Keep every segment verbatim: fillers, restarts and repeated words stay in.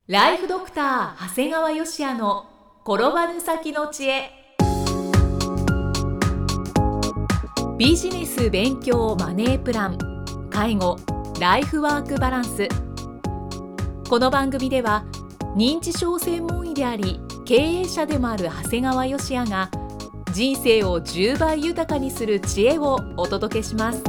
ライフドクター長谷川芳也の転ばぬ先の知恵。ビジネス勉強マネープラン、介護、ライフワークバランス。この番組では認知症専門医であり経営者でもある長谷川芳也が人生をじゅうばい豊かにする知恵をお届けします。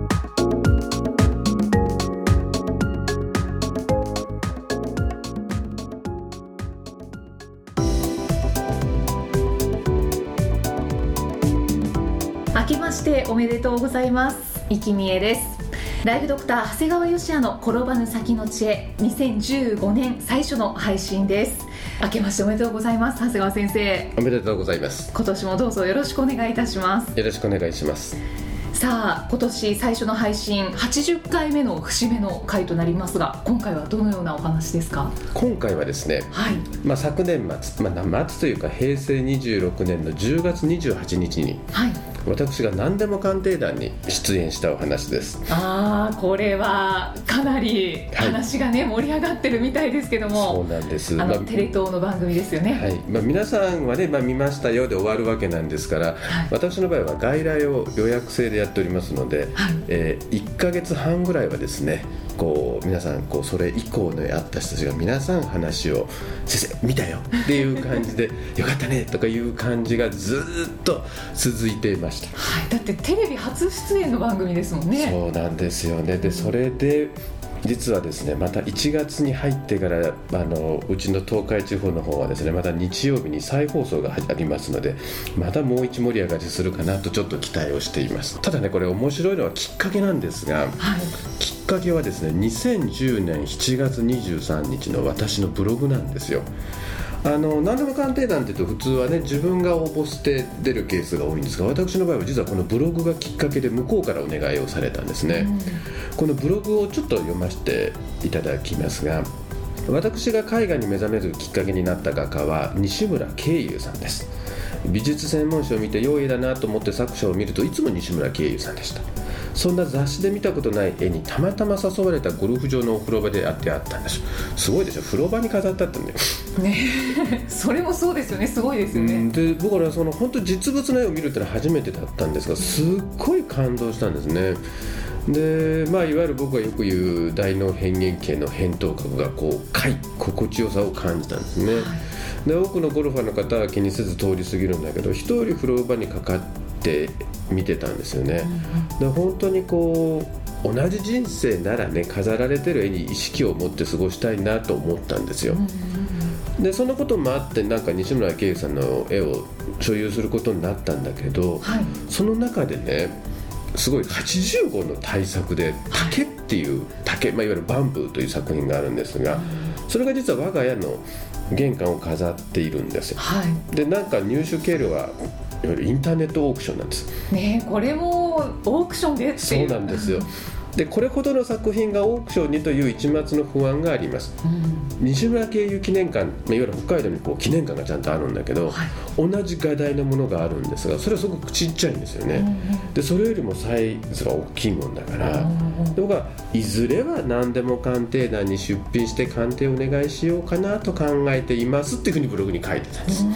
明けましておめでとうございます。生きみえです。ライフドクター長谷川芳也の転ばぬ先の知恵、にせんじゅうごねん最初の配信です。明けましておめでとうございます。長谷川先生、 おめでとうございます。 今年もどうぞよろしくお願いいたします。 よろしくお願いします。 さあ、今年最初の配信はちじゅっかいめの節目の回となりますが、今回はどのようなお話ですか？ 今回はですね、 はい、 まあ、昨年末、まあ、末というか平成にじゅうろくねんのじゅうがつにじゅうはちにちに、はい、私が何でも鑑定団に出演したお話です。 ああ、これはかなり話がね、はい、盛り上がってるみたいですけども。 そうなんです。 あの、まあ、テレ東の番組ですよね。 はい、まあ、皆さんはね、まあ、見ましたよで終わるわけなんですから、はい、私の場合は外来を予約制でやっておりますので、はい、えー、いっかげつはんぐらいはですね、こう皆さんこうそれ以降のあった人たちが皆さん話を先生見たよっていう感じでよかったねとかいう感じがずっと続いていました。 はい、だってテレビ初出演の番組ですもんね。 そうなんですよね。でそれで実はですね、またいちがつに入ってからあのうちの東海地方の方はですね、また日曜日に再放送がありますので、またもう一盛り上がりするかなとちょっと期待をしています。ただね、これ面白いのはきっかけなんですが、はい、きっかけはですね、にせんじゅうねんしちがつにじゅうさんにちの私のブログなんですよ。あの何でも鑑定団って言うと普通はね、自分が応募して出るケースが多いんですが、私の場合は実はこのブログがきっかけで向こうからお願いをされたんですね。うん、このブログをちょっと読ませていただきますが、私が絵画に目覚めるきっかけになった画家は西村慶友さんです。美術専門誌を見て良い絵だなと思って作者を見るといつも西村慶友さんでした。そんな雑誌で見たことない絵にたまたま誘われたゴルフ場のお風呂場で会ってあったんです。すごいでしょ、風呂場に飾ってあったんだよね。それもそうですよね、すごいですよね。 うんで僕はその本当実物の絵を見るってのは初めてだったんですが、すっごい感動したんですね。で、まあ、いわゆる僕がよく言う大脳辺縁系の扁桃核がこう快心地よさを感じたんですね。はい、で多くのゴルファーの方は気にせず通り過ぎるんだけど、一人風呂場にかかって見てたんですよね。で本当にこう同じ人生ならね、飾られてる絵に意識を持って過ごしたいなと思ったんですよ。でそのこともあってなんか西村慶さんの絵を所有することになったんだけど、はい、その中でね、すごいはちじゅうごの大作で竹っていう竹、まあ、いわゆるバンブーという作品があるんですが、それが実は我が家の玄関を飾っているんですよ。はい、でなんか入手経路はいわゆるインターネットオークションなんですね。これもオークションでっていう。 そうなんですよ。でこれほどの作品がオークションにという一抹の不安があります。うん、西村慶友記念館、いわゆる北海道にこう記念館がちゃんとあるんだけど、はい、同じ画題のものがあるんですが、それはすごくちっちゃいんですよね。うん、でそれよりもサイズが大きいもんだから、うん、で僕はいずれは何でも鑑定団に出品して鑑定をお願いしようかなと考えていますっていうふうにブログに書いてたんです。うん、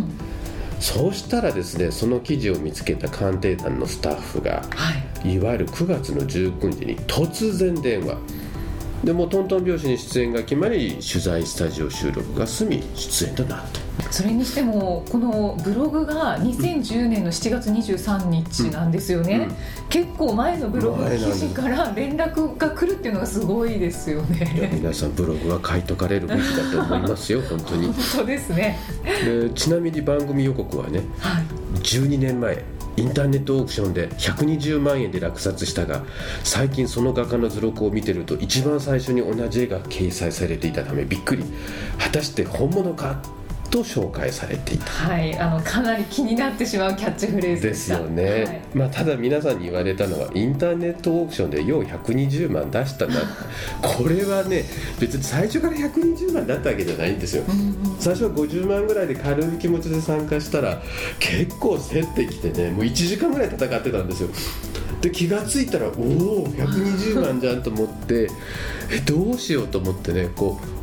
そうしたらですね、その記事を見つけた鑑定団のスタッフが、はい、いわゆるくがつのじゅうくにちに突然電話で、もうトントン拍子に出演が決まり、取材スタジオ収録が済み出演となった。 それにしてもこのブログがにせんじゅうねんのしちがつにじゅうさんにちなんですよね。うんうん、結構前のブログ記事から連絡が来るっていうのがすごいですよね。 いや皆さんブログは書いとかれるべきだと思いますよ。本当に本当ですね。 でちなみに番組予告はね、はい、じゅうにねんまえインターネットオークションでひゃくにじゅうまんえんで落札したが、最近その画家の図録を見てると一番最初に同じ絵が掲載されていたためびっくり、果たして本物かと紹介されていた。 はい、あのかなり気になってしまうキャッチフレーズでした。 ですよね。はい、まあ、ただ皆さんに言われたのはインターネットオークションでようひゃくにじゅうまん出したな。これはね、別に最初からひゃくにじゅうまんだったわけじゃないんですよ。うんうん、最初はごじゅうまんぐらいで軽い気持ちで参加したら結構競ってきてね、もういちじかんぐらい戦ってたんですよ。で気がついたらおおひゃくにじゅうまんじゃんと思ってえどうしようと思ってね、こう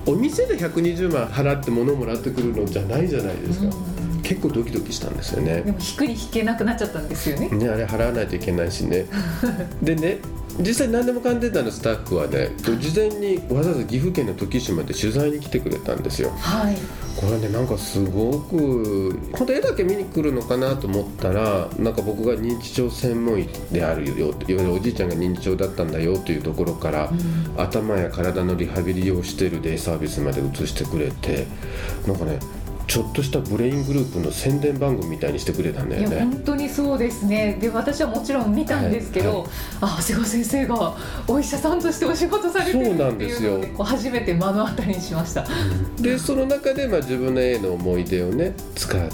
お店でひゃくにじゅうまん払って物をもらってくるのじゃないじゃないですか、うん、結構ドキドキしたんですよね。 でも引くに引けなくなっちゃったんですよね。 ね、あれ払わないといけないしねでね、実際何でもかんでたのスタッフはね、事前にわざわざ岐阜県の土岐市まで取材に来てくれたんですよ。 はい、 これね、なんかすごく本当絵だけ見に来るのかなと思ったら、なんか僕が認知症専門医であるよ、いわゆるおじいちゃんが認知症だったんだよというところから、うん、頭や体のリハビリをしているデイサービスまで移してくれて、なんかね、ちょっとしたブレイングループの宣伝番組みたいにしてくれたんだよね。 いや本当にそうですね。で、私はもちろん見たんですけど、はいはい、あ、長谷川先生がお医者さんとしてお仕事されてるっていうのを、ね、そうなんですよ。こう初めて目の当たりにしました。 で、その中で、まあ、自分の絵の思い出をね使って、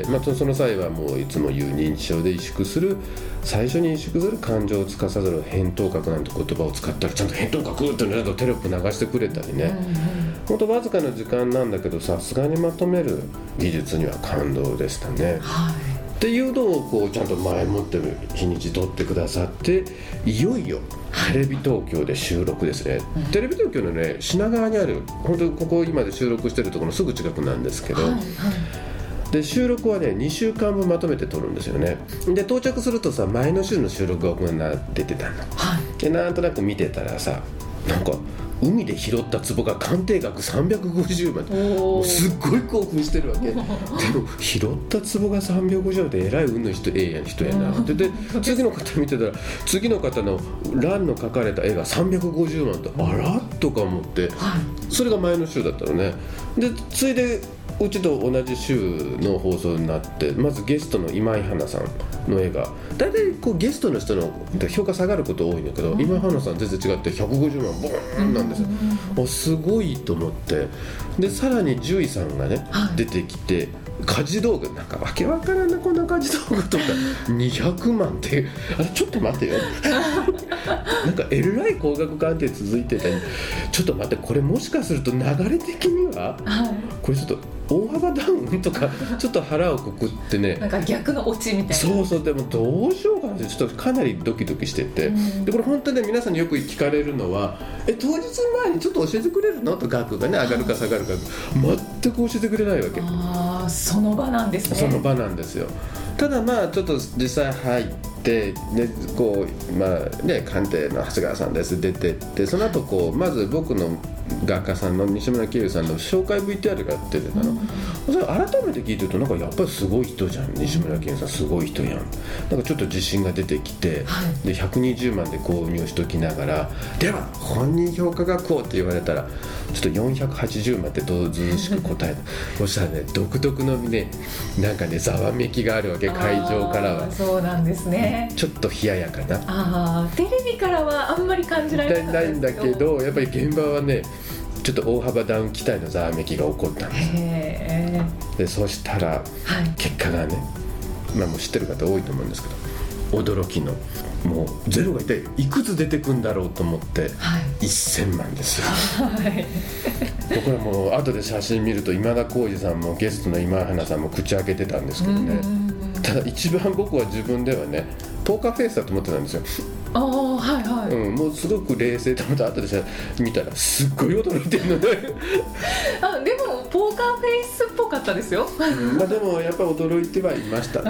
まあ、その際はもういつも言う認知症で萎縮する、最初に萎縮する感情を司る扁桃核なんて言葉を使ったら、ちゃんと扁桃核っていうのをテロップ流してくれたりね、うんうん、本当わずかな時間なんだけど、さすがにまとめる技術には感動でしたね、はい、っていうのをこうちゃんと前もって日にち取ってくださって、いよいよテレビ東京で収録ですね、うん、テレビ東京のね、品川にある、本当にここ今で収録してるところのすぐ近くなんですけど、はいはい、で収録はねにしゅうかんぶんまとめて撮るんですよね。で到着するとさ、前の週の収録が行われてたの、はい、でなんとなく見てたらさ、なんか海で拾った壺が鑑定額さんびゃくごじゅうまん、もうすっごい興奮してるわけでも拾った壺がさんびゃくごじゅうまんってえらい運の人、ええやん人やなで、で次の方見てたら、次の方の欄の描かれた絵がさんびゃくごじゅうまんと、あらとか思って、それが前の週だったのね。でついでうちと同じ週の放送になって、まずゲストの今井花さんの絵が、だいたいこうゲストの人の評価下がること多いんだけど、うん、今井花さん全然違ってひゃくごじゅうまんボーンなんですよ、うん、すごいと思って。でさらに獣医さんがね、はい、出てきて、家事道具なんかわけわからんな、こんな家事道具とかにひゃくまんっていう、あれちょっと待ってよなんかえらい高額鑑定続いてて、ちょっと待って、これもしかすると流れ的には、はい、これちょっと大幅ダウンとかちょっと腹をくくってね、 なんか逆のオチみたいな。 そうそう、でもどうしようかなってちょっとかなりドキドキしてて、うん、でこれ本当に、ね、皆さんによく聞かれるのは、え当日前にちょっと教えてくれるのと、額がね上がるか下がるか全く教えてくれないわけ。 あ、その場なんですね。 その場なんですよ。ただまあちょっと実際入ってでこう、まあね、鑑定の長谷川さんです出てって、その後こうまず僕の画家さんの西村慶友さんの紹介 ブイティーアール が出てたの、うん、それ改めて聞いてると、なんかやっぱりすごい人じゃん、西村慶友さんすごい人やん、なんかちょっと自信が出てきて、はい、でひゃくにじゅうまんで購入しときながら、では本人評価がこうって言われたらちょっとよんひゃくはちじゅうまんってどうずうしく答えたそしたらね、独特のね、なんかねざわめきがあるわけ、会場からは。 そうなんですね。 ちょっと冷ややかな、 あテレビからはあんまり感じられなかったないんだけど、やっぱり現場はねちょっと大幅ダウン期待のざわめきが起こったんです。へでそしたら、はい、結果がね、まあ、もう知ってる方多いと思うんですけど、驚きのもうゼロが一体いくつ出てくんだろうと思って、はい、せんまんですよ、はい、僕はもう後で写真見ると、今田耕司さんもゲストの今井花さんも口開けてたんですけどね、ただ一番僕は自分ではねポーカーフェイスだと思ってたんですよ。 ああ、はいはい、 うん、もうすごく冷静と思って、後で見たらすっごい驚いてるのであ、でもポーカーフェイスっぽかったですよ、 うん、まあ、でもやっぱ驚いてはいました、うん、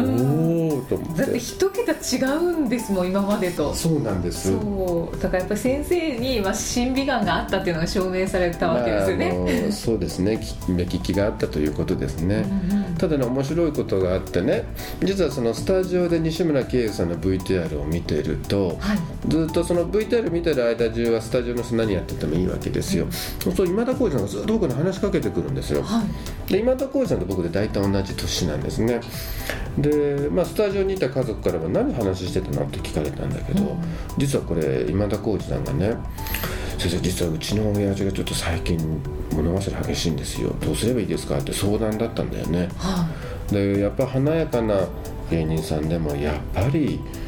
おーと思って。 だって一桁違うんですもん、今までと。 そうなんです。 そうだからやっぱり先生にまあ審美眼があったっていうのが証明されたわけですよね、 まあ、あのそうですね、目利きがあったということですね、うんうん、ただね面白いことがあってね、実はそのスタジオで西村慶友さんの ブイティーアール を見てると、はい、ずっとその ブイティーアール 見てる間中はスタジオの人何やっててもいいわけですよ、うん、そうすると今田耕司さんがずっと僕に話しかけてくるんですよ、はい、で今田耕司さんと僕で大体同じ年なんですね。で、まあ、スタジオにいた家族からは何話してたのって聞かれたんだけど、うん、実はこれ今田耕司さんがね、先生実はうちの親父がちょっと最近物忘れ激しいんですよ、どうすればいいですかって相談だったんだよね、はあ、でやっぱ華やかな芸人さんでもやっぱり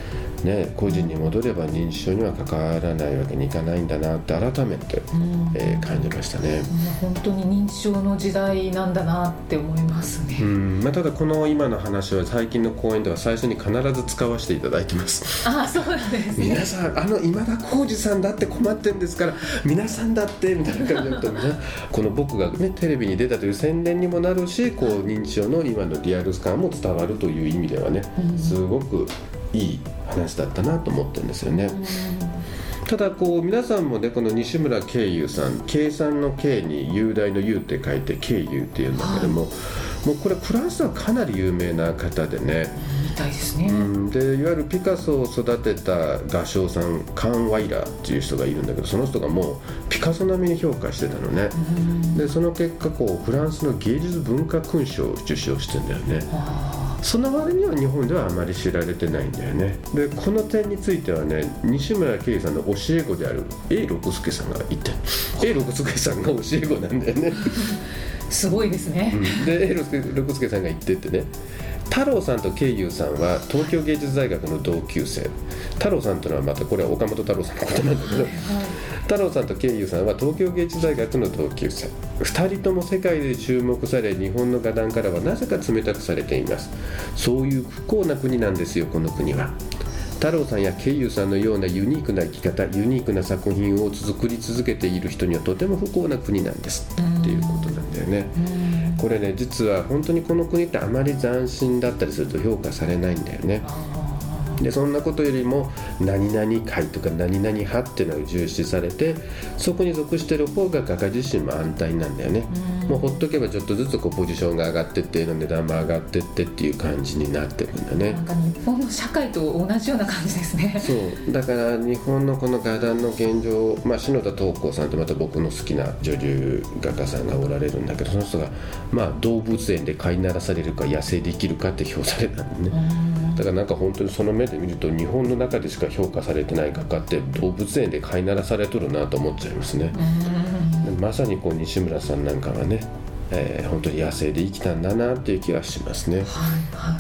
ね、個人に戻れば認知症には関わらないわけにいかないんだなって改めて、うんえー、感じましたね。 本当に認知症の時代なんだなって思いますね。 うんまあ、ただこの今の話は最近の講演では最初に必ず使わせていただいてます。 ああそうなんですね。 皆さんあの今田耕司さんだって困ってるんですから皆さんだってみたいな感じだとこの僕が、ね、テレビに出たという宣伝にもなるしこう認知症の今のリアル感も伝わるという意味ではね、うん、すごくいい話だったなと思ってるんですよね。うん、ただこう皆さんもねこの西村慶友さん計算の計に雄大の雄って書いて慶友っていうんだけども、はい、もうこれフランスはかなり有名な方でねみたいですね。 うん、でいわゆるピカソを育てた画商さんカン・ワイラーっていう人がいるんだけどその人がもうピカソ並みに評価してたのね。でその結果こうフランスの芸術文化勲章を受章してんだよね。その割には日本ではあまり知られてないんだよね。でこの点についてはね西村慶さんの教え子である A 六輔さんがいて A 六輔さんが教え子なんだよね。 すごいですね。 うん、で A 六輔さんが言ってってね太郎さんと慶友さんは東京芸術大学の同級生。太郎さんというのはまたこれは岡本太郎さんのことなんだけど、はい、太郎さんと慶友さんは東京芸術大学の同級生。ふたりとも世界で注目され日本の画壇からはなぜか冷たくされています。そういう不幸な国なんですよこの国は。太郎さんや慶友さんのようなユニークな生き方ユニークな作品を作り続けている人にはとても不幸な国なんですっていうことなんだよね。これね実は本当にこの国ってあまり斬新だったりすると評価されないんだよね。でそんなことよりも何々会とか何々派っていうのが重視されてそこに属してる方が画家自身も安泰なんだよね。もうほっとけばちょっとずつこうポジションが上がってって値段も上がってってっていう感じになってるんだね。 なんか日本の社会と同じような感じですね。 そうだから日本のこの画壇の現状、まあ、篠田東光さんってまた僕の好きな女流画家さんがおられるんだけどその人が、まあ、動物園で飼いならされるか野生で生きるかって評されたんでね。だからなんか本当にその目で見ると日本の中でしか評価されてない画家って動物園で飼いならされとるなと思っちゃいますね。まさにこう西村さんなんかはね、えー、本当に野生で生きたんだなっていう気はしますね。はいはい、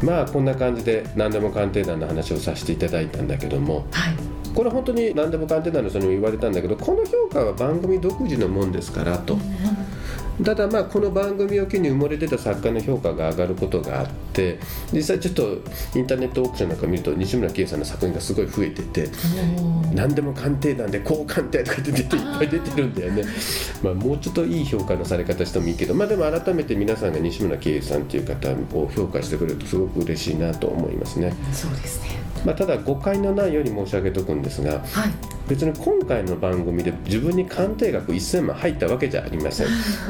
まあこんな感じで何でも鑑定団の話をさせていただいたんだけども、はい、これ本当に何でも鑑定団の人にも言われたんだけどこの評価は番組独自のもんですからと。ただまあこの番組を機に埋もれてた作家の評価が上がることがあって実際ちょっとインターネットオークションなんか見ると西村慶さんの作品がすごい増えてて何でも鑑定団でこう鑑定とかって出ていっぱい出てるんだよね。まあもうちょっといい評価のされ方してもいいけどまあでも改めて皆さんが西村慶さんという方を評価してくれるとすごく嬉しいなと思いますね。 そうですね。まあ、 ただ誤解のないように申し上げておくんですが、はい、別に今回の番組で自分に鑑定額せんまん入ったわけじゃありません。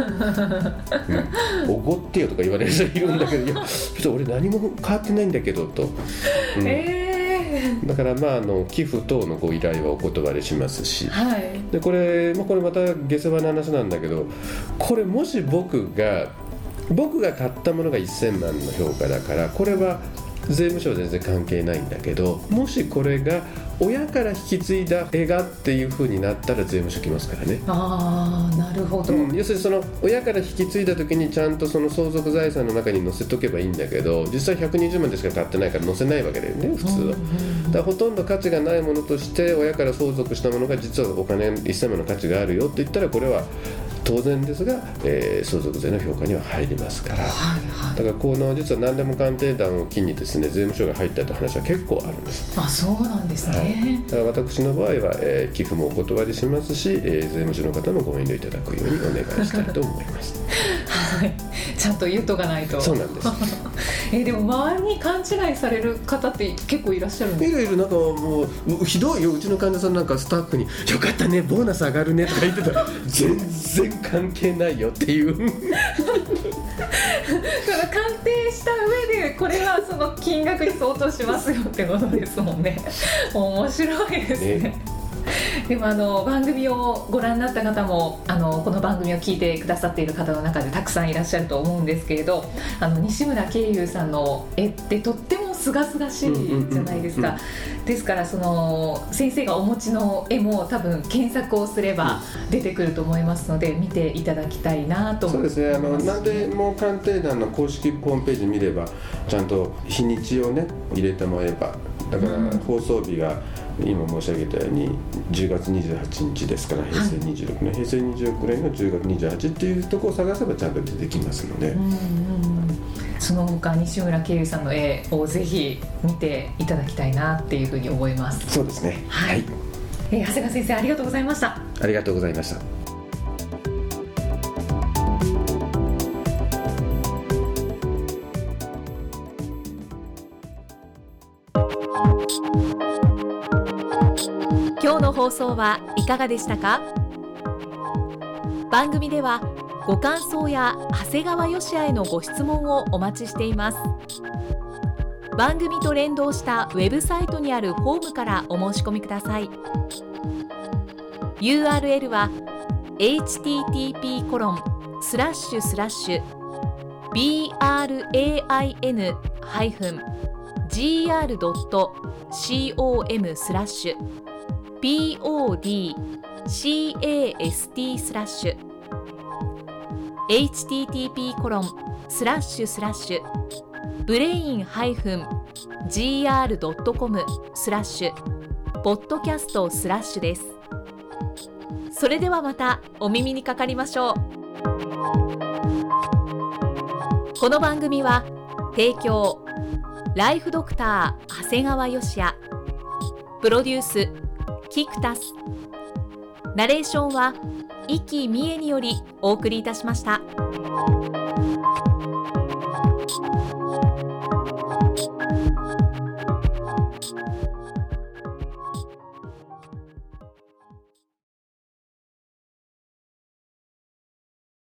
おご、うん、ってよとか言われる人いるんだけどいやちょっと俺何も変わってないんだけどと、うんえー、だからまああの寄付等のご依頼はお断りしますし、はい、でこれ、まあ、これまた下世話な話なんだけどこれもし僕が僕が買ったものがせんまんの評価だからこれは税務署は全然関係ないんだけどもしこれが親から引き継いだ絵がっていう風になったら税務署来ますからね。 ああなるほど、 うん、要するにその親から引き継いだ時にちゃんとその相続財産の中に載せとけばいいんだけど実際ひゃくにじゅうまんでしか買ってないから載せないわけだよね普通は、うんうん、だからほとんど価値がないものとして親から相続したものが実はお金せんまんの価値があるよって言ったらこれは当然ですが、えー、相続税の評価には入りますから、はいはい、だからこの実は何でも鑑定団を機にですね税務署が入ったという話は結構あるんです。 あそうなんですね、はい、 だから私の場合は、えー、寄付もお断りしますし、えー、税務署の方もご遠慮いただくようにお願いしたいと思いますはい、ちゃんと言っとかないと。 そうなんですえー、でも周りに勘違いされる方って結構いらっしゃるんですか？ いるいるなんかもうひどいようちの患者さんなんかスタッフによかったねボーナス上がるねとか言ってたら全然関係ないよっていう鑑定した上でこれはその金額に相当しますよってことですもんね。面白いですね。ねでもあの番組をご覧になった方もあのこの番組を聞いてくださっている方の中でたくさんいらっしゃると思うんですけれどあの西村慶友さんの絵ってとってもすがすがしいじゃないですか。ですからその先生がお持ちの絵も多分検索をすれば出てくると思いますので見ていただきたいなと思います。 そうですね。あの何でも鑑定団の公式ホームページ見ればちゃんと日にちをね入れてもらえばだから放送日が今申し上げたようにじゅうがつにじゅうはちにちですから、平成にじゅうろくねん、はい、平成にじゅうろくねんのじゅうがつにじゅうはちっていうところを探せばちゃんと出てきますので、 うんうんうん、その他西村圭佑さんの絵をぜひ見ていただきたいなっていうふうに思います。 そうですね、はい、 えー、長谷川先生ありがとうございました。 ありがとうございました。 今日の放送はいかがでしたか？番組ではご感想や長谷川芳也へのご質問をお待ちしています。番組と連動したウェブサイトにあるホームからお申し込みください。 ユーアールエル は エイチティーティーピーコロンスラッシュスラッシュビーアールエーアイエヌハイフンジーアールドットコム スラッシュ ピーオーディーシーエーエスティー スラッシュ エイチティーティーピーコロンスラッシュスラッシュブレインハイフンジーアールドットコム スラッシュポッドキャストスラッシュです。それではまたお耳にかかりましょう。この番組は提供ライフドクター長谷川芳也、プロデュースキクタス、ナレーションは生きみえによりお送りいたしました。